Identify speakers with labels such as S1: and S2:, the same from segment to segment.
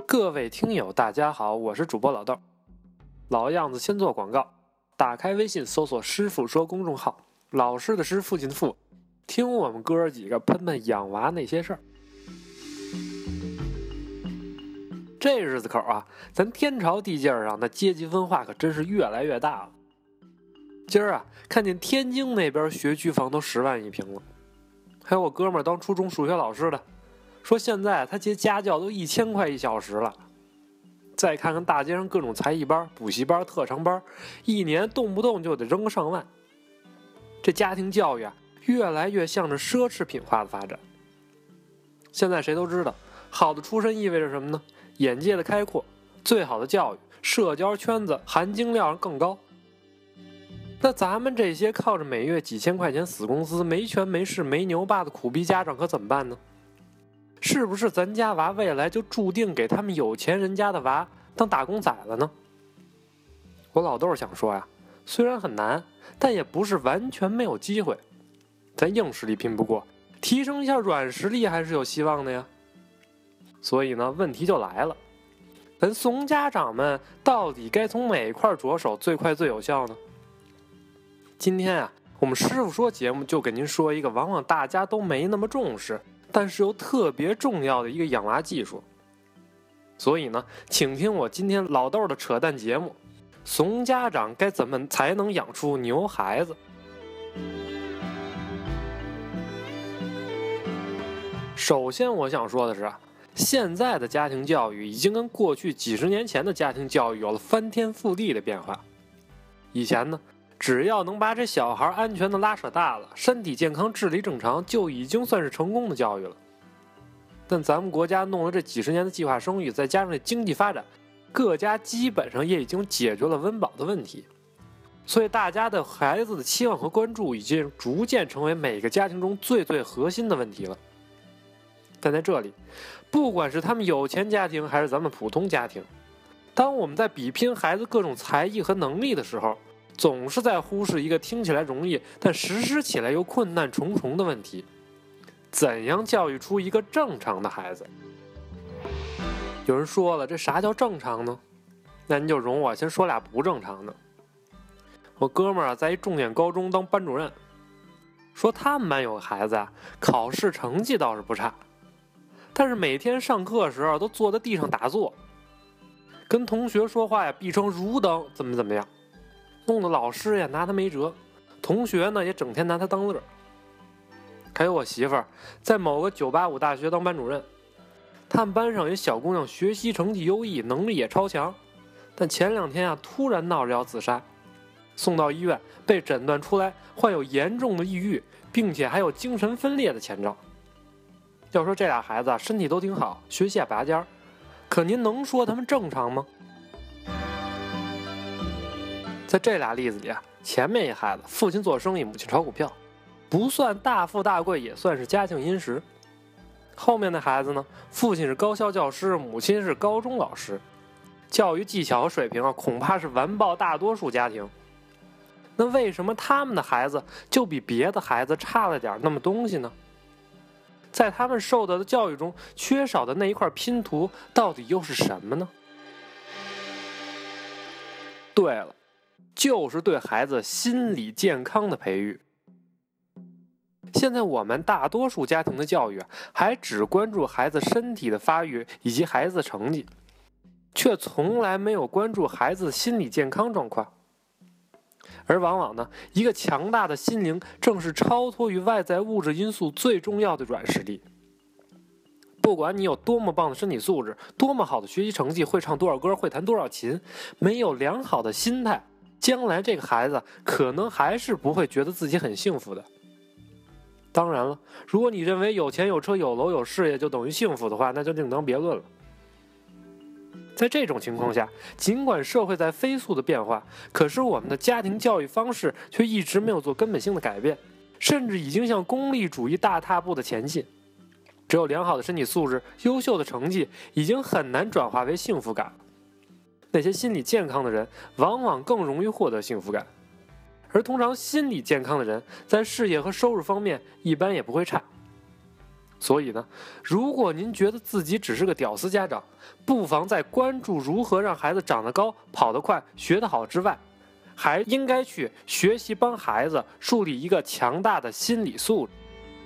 S1: 各位听友大家好，我是主播老豆。老样子先做广告，打开微信搜索师傅说公众号，老师的师，父亲的父，听我们哥几个喷喷养娃那些事儿。这日子口啊，咱天朝地界上的阶级分化可真是越来越大了。今儿啊，看见天津那边学区房都10万一平了，还有我哥们儿当初中数学老师的，说现在他接家教都1000块1小时了。再看看大街上各种才艺班、补习班、特长班，一年动不动就得扔个上万。这家庭教育啊，越来越向着奢侈品化的发展。现在谁都知道，好的出身意味着什么呢？眼界的开阔，最好的教育，社交圈子含金量更高。那咱们这些靠着每月几千块钱死工资、没权没势没牛爸的苦逼家长可怎么办呢？是不是咱家娃未来就注定给他们有钱人家的娃当打工仔了呢？我老豆想说呀，虽然很难，但也不是完全没有机会。咱硬实力拼不过，提升一下软实力还是有希望的呀。所以呢，问题就来了，咱怂家长们到底该从哪块着手最快最有效呢？今天啊，我们师傅说节目就给您说一个往往大家都没那么重视，但是又特别重要的一个养娃技术。所以呢，请听我今天老豆的扯淡节目，怂家长该怎么才能养出牛孩子。首先我想说的是啊，现在的家庭教育已经跟过去几十年前的家庭教育有了翻天覆地的变化。以前呢，只要能把这小孩安全的拉扯大了，身体健康、智力正常，就已经算是成功的教育了。但咱们国家弄了这几十年的计划生育，再加上这经济发展，各家基本上也已经解决了温饱的问题，所以大家对孩子的期望和关注已经逐渐成为每个家庭中最核心的问题了。但在这里，不管是他们有钱家庭还是咱们普通家庭，当我们在比拼孩子各种才艺和能力的时候，总是在忽视一个听起来容易但实施起来又困难重重的问题：怎样教育出一个正常的孩子？有人说了，这啥叫正常呢？那您就容我先说俩不正常的。我哥们儿在一重点高中当班主任，说他们班有个孩子啊，考试成绩倒是不差，但是每天上课的时候都坐在地上打坐，跟同学说话呀闭成如灯，怎么样，弄得老师呀拿他没辙，同学呢也整天拿他当乐。还有我媳妇儿在某个985大学当班主任，他们班上有小姑娘学习成绩优异，能力也超强，但前2天啊突然闹着要自杀，送到医院被诊断出来患有严重的抑郁，并且还有精神分裂的前兆。要说这俩孩子啊身体都挺好，学习也拔尖，可您能说他们正常吗？在这俩例子里啊，前面一孩子父亲做生意，母亲炒股票，不算大富大贵，也算是家境殷实。后面的孩子呢，父亲是高校教师，母亲是高中老师，教育技巧和水平啊，恐怕是完爆大多数家庭。那为什么他们的孩子就比别的孩子差了点那么东西呢？在他们受到的教育中缺少的那一块拼图到底又是什么呢？对了，就是对孩子心理健康的培育。现在我们大多数家庭的教育还只关注孩子身体的发育以及孩子的成绩，却从来没有关注孩子的心理健康状况。而往往呢，一个强大的心灵正是超脱于外在物质因素最重要的软实力。不管你有多么棒的身体素质，多么好的学习成绩，会唱多少歌，会弹多少琴，没有良好的心态，将来这个孩子可能还是不会觉得自己很幸福的。当然了，如果你认为有钱有车有楼有事业就等于幸福的话，那就另当别论了。在这种情况下，尽管社会在飞速的变化，可是我们的家庭教育方式却一直没有做根本性的改变，甚至已经向功利主义大踏步的前进。只有良好的身体素质、优秀的成绩，已经很难转化为幸福感。那些心理健康的人，往往更容易获得幸福感，而通常心理健康的人，在事业和收入方面一般也不会差。 所以呢，如果您觉得自己只是个屌丝家长，不妨在关注如何让孩子长得高、跑得快、学得好之外，还应该去学习帮孩子树立一个强大的心理素质。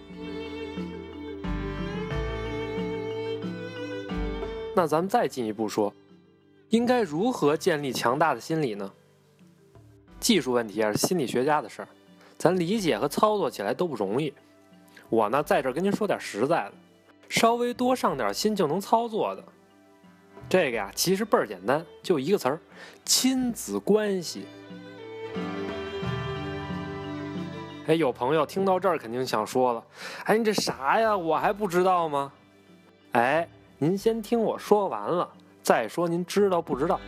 S1: 那咱们再进一步说，应该如何建立强大的心理呢？技术问题也是心理学家的事儿，咱理解和操作起来都不容易。我呢，在这儿跟您说点实在的，稍微多上点心就能操作的。这个呀，其实倍儿简单，就一个词儿：亲子关系。哎，有朋友听到这儿肯定想说了，哎，你这啥呀？我还不知道吗？哎，您先听我说完了，再说您知道不知道。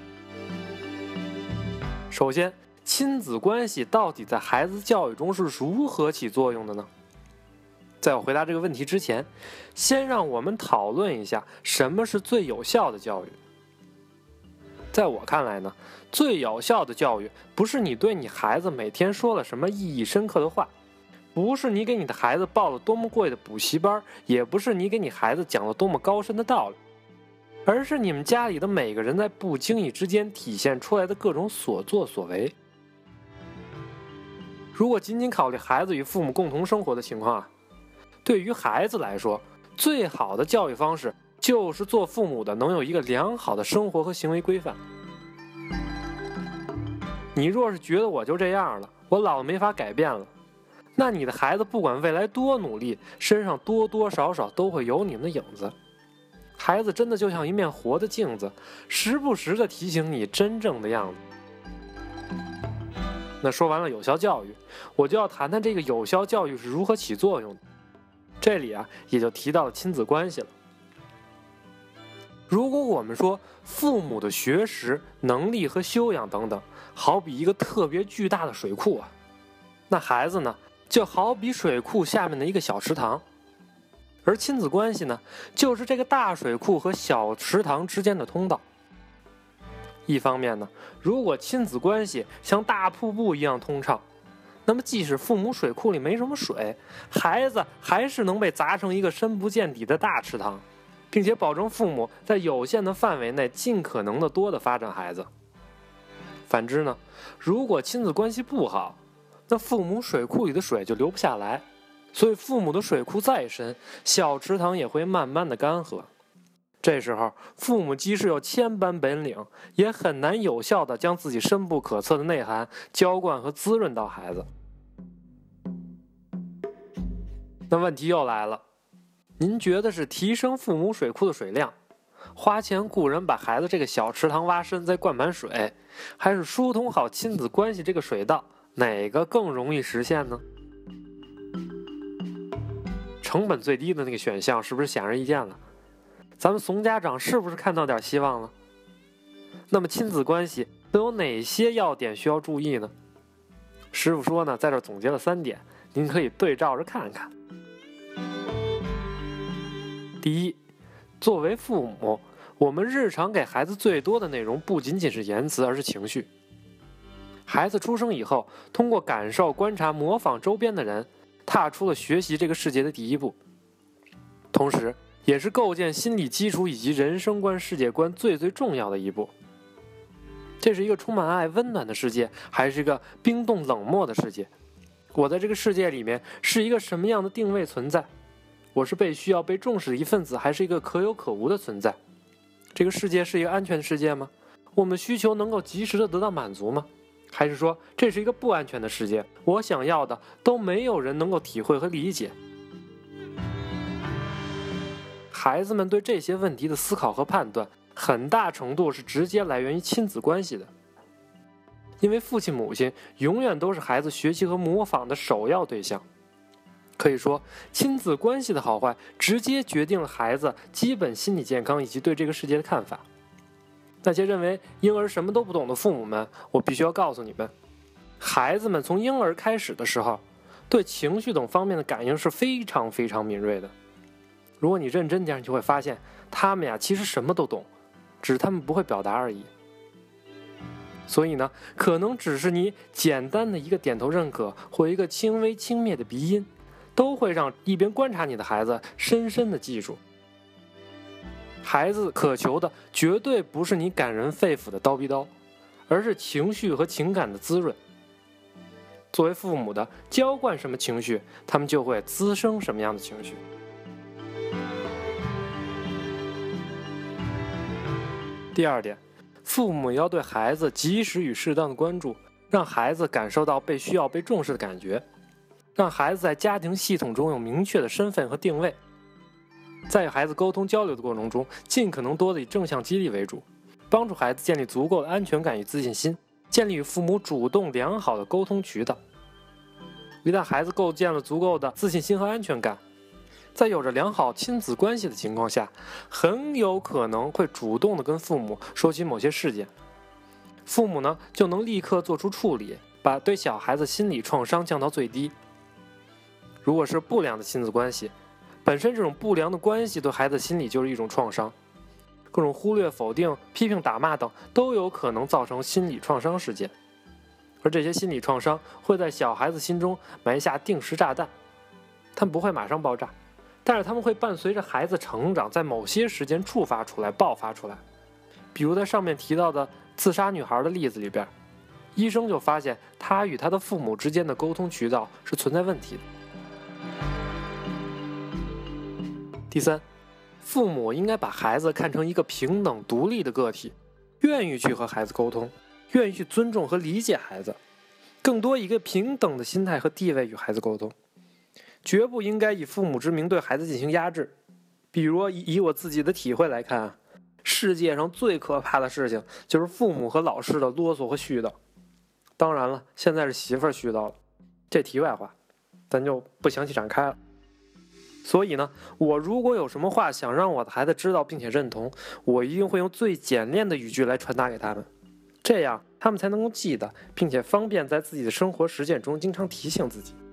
S1: 首先，亲子关系到底在孩子教育中是如何起作用的呢？在我回答这个问题之前，先让我们讨论一下什么是最有效的教育。在我看来呢，最有效的教育不是你对你孩子每天说了什么意义深刻的话，不是你给你的孩子报了多么贵的补习班，也不是你给你孩子讲了多么高深的道理，而是你们家里的每个人在不经意之间体现出来的各种所作所为。如果仅仅考虑孩子与父母共同生活的情况啊，对于孩子来说，最好的教育方式就是做父母的能有一个良好的生活和行为规范。你若是觉得我就这样了，我老了没法改变了，那你的孩子不管未来多努力，身上多多少少都会有你们的影子。孩子真的就像一面活的镜子，时不时地提醒你真正的样子。那说完了有效教育，我就要谈谈这个有效教育是如何起作用的。这里啊，也就提到了亲子关系了。如果我们说父母的学识、能力和修养等等，好比一个特别巨大的水库啊，那孩子呢，就好比水库下面的一个小池塘，而亲子关系呢，就是这个大水库和小池塘之间的通道。一方面呢，如果亲子关系像大瀑布一样通畅，那么即使父母水库里没什么水，孩子还是能被砸成一个深不见底的大池塘，并且保证父母在有限的范围内尽可能的多的发展孩子。反之呢，如果亲子关系不好，那父母水库里的水就流不下来，所以父母的水库再深，小池塘也会慢慢的干涸。这时候，父母即使有千般本领，也很难有效地将自己深不可测的内涵浇灌和滋润到孩子。那问题又来了，您觉得是提升父母水库的水量，花钱雇人把孩子这个小池塘挖深再灌满水，还是疏通好亲子关系这个水道，哪个更容易实现呢？成本最低的那个选项是不是显而易见了？咱们怂家长是不是看到点希望了？那么亲子关系都有哪些要点需要注意呢？师傅说呢，在这总结了3点，您可以对照着看看。第一，作为父母，我们日常给孩子最多的内容不仅仅是言辞，而是情绪。孩子出生以后，通过感受、观察、模仿周边的人，踏出了学习这个世界的第一步，同时也是构建心理基础以及人生观、世界观最重要的一步。这是一个充满爱、温暖的世界，还是一个冰冻冷漠的世界？我在这个世界里面是一个什么样的定位存在？我是需要被重视的一份子，还是一个可有可无的存在？这个世界是一个安全的世界吗？我们需求能够及时的得到满足吗？还是说这是一个不安全的世界，我想要的都没有人能够体会和理解？孩子们对这些问题的思考和判断，很大程度是直接来源于亲子关系的。因为父亲母亲永远都是孩子学习和模仿的首要对象。可以说，亲子关系的好坏直接决定了孩子基本心理健康以及对这个世界的看法。那些认为婴儿什么都不懂的父母们，我必须要告诉你们，孩子们从婴儿开始的时候，对情绪等方面的感应是非常非常敏锐的。如果你认真点，你就会发现，他们呀其实什么都懂，只是他们不会表达而已。所以呢，可能只是你简单的一个点头认可，或一个轻微轻蔑的鼻音， 都会让一边观察你的孩子深深的记住。孩子渴求的绝对不是你感人肺腑的叨逼叨，而是情绪和情感的滋润。作为父母的，浇灌什么情绪，他们就会滋生什么样的情绪。第二点，父母要对孩子及时与适当的关注，让孩子感受到被需要、被重视的感觉，让孩子在家庭系统中有明确的身份和定位。在与孩子沟通交流的过程中，尽可能多的以正向激励为主，帮助孩子建立足够的安全感与自信心，建立与父母主动良好的沟通渠道。一旦孩子构建了足够的自信心和安全感，在有着良好亲子关系的情况下，很有可能会主动的跟父母说起某些事件，父母呢就能立刻做出处理，把对小孩子心理创伤降到最低。如果是不良的亲子关系，本身这种不良的关系对孩子心理就是一种创伤，各种忽略、否定、批评、打骂等都有可能造成心理创伤事件，而这些心理创伤会在小孩子心中埋下定时炸弹，它们不会马上爆炸，但是他们会伴随着孩子成长，在某些时间触发出来、爆发出来。比如在上面提到的自杀女孩的例子里边，医生就发现她与她的父母之间的沟通渠道是存在问题的。第三，父母应该把孩子看成一个平等独立的个体，愿意去和孩子沟通，愿意去尊重和理解孩子，更多一个平等的心态和地位与孩子沟通，绝不应该以父母之名对孩子进行压制。比如以我自己的体会来看啊，世界上最可怕的事情就是父母和老师的啰嗦和絮叨。当然了，现在是媳妇儿絮叨了，这题外话，咱就不详细展开了。所以呢，我如果有什么话想让我的孩子知道并且认同，我一定会用最简练的语句来传达给他们，这样他们才能够记得，并且方便在自己的生活实践中经常提醒自己。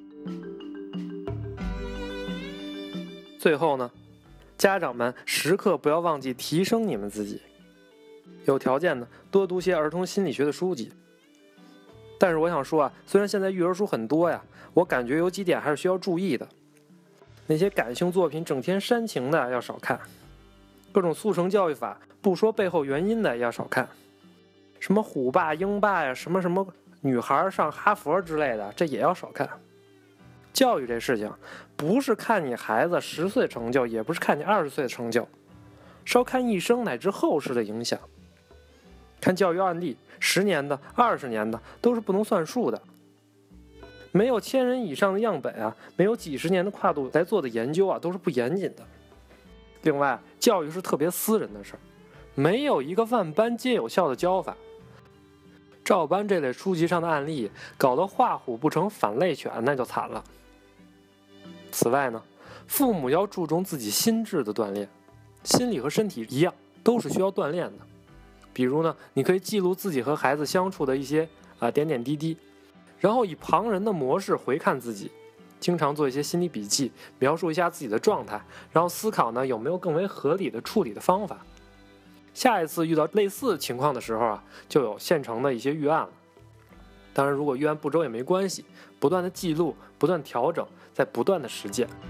S1: 最后呢，家长们时刻不要忘记提升你们自己，有条件的多读些儿童心理学的书籍。但是我想说啊，虽然现在育儿书很多呀，我感觉有几点还是需要注意的。那些感性作品整天煽情的要少看，各种速成教育法不说背后原因的要少看，什么虎爸鹰爸呀，什么什么女孩上哈佛之类的，这也要少看。教育这事情不是看你孩子10岁成就，也不是看你20岁的成就，是要看一生乃至后世的影响。看教育案例，10年的、20年的都是不能算数的。没有1000人以上的样本啊，没有几十年的跨度来做的研究啊，都是不严谨的。另外，教育是特别私人的事儿，没有一个万般皆有效的教法。照搬这类书籍上的案例，搞得画虎不成反类犬，那就惨了。此外呢，父母要注重自己心智的锻炼，心理和身体一样，都是需要锻炼的。比如呢，你可以记录自己和孩子相处的一些点点滴滴，然后以旁人的模式回看自己，经常做一些心理笔记，描述一下自己的状态，然后思考呢有没有更为合理的处理的方法。下一次遇到类似情况的时候啊，就有现成的一些预案了。当然，如果预案不周也没关系，不断的记录，不断调整，再不断的实践。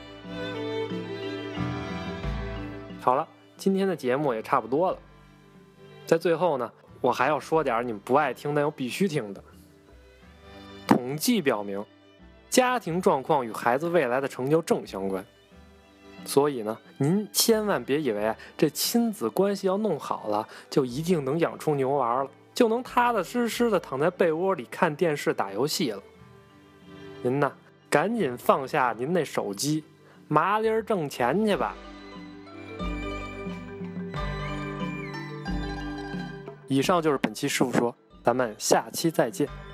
S1: 好了，今天的节目也差不多了。在最后呢，我还要说点你们不爱听但又必须听的。统计表明，家庭状况与孩子未来的成就正相关。所以呢，您千万别以为这亲子关系要弄好了，就一定能养出牛娃了，就能踏踏实实的躺在被窝里看电视打游戏了。您呢，赶紧放下您那手机，麻利儿挣钱去吧。以上就是本期师傅说，咱们下期再见。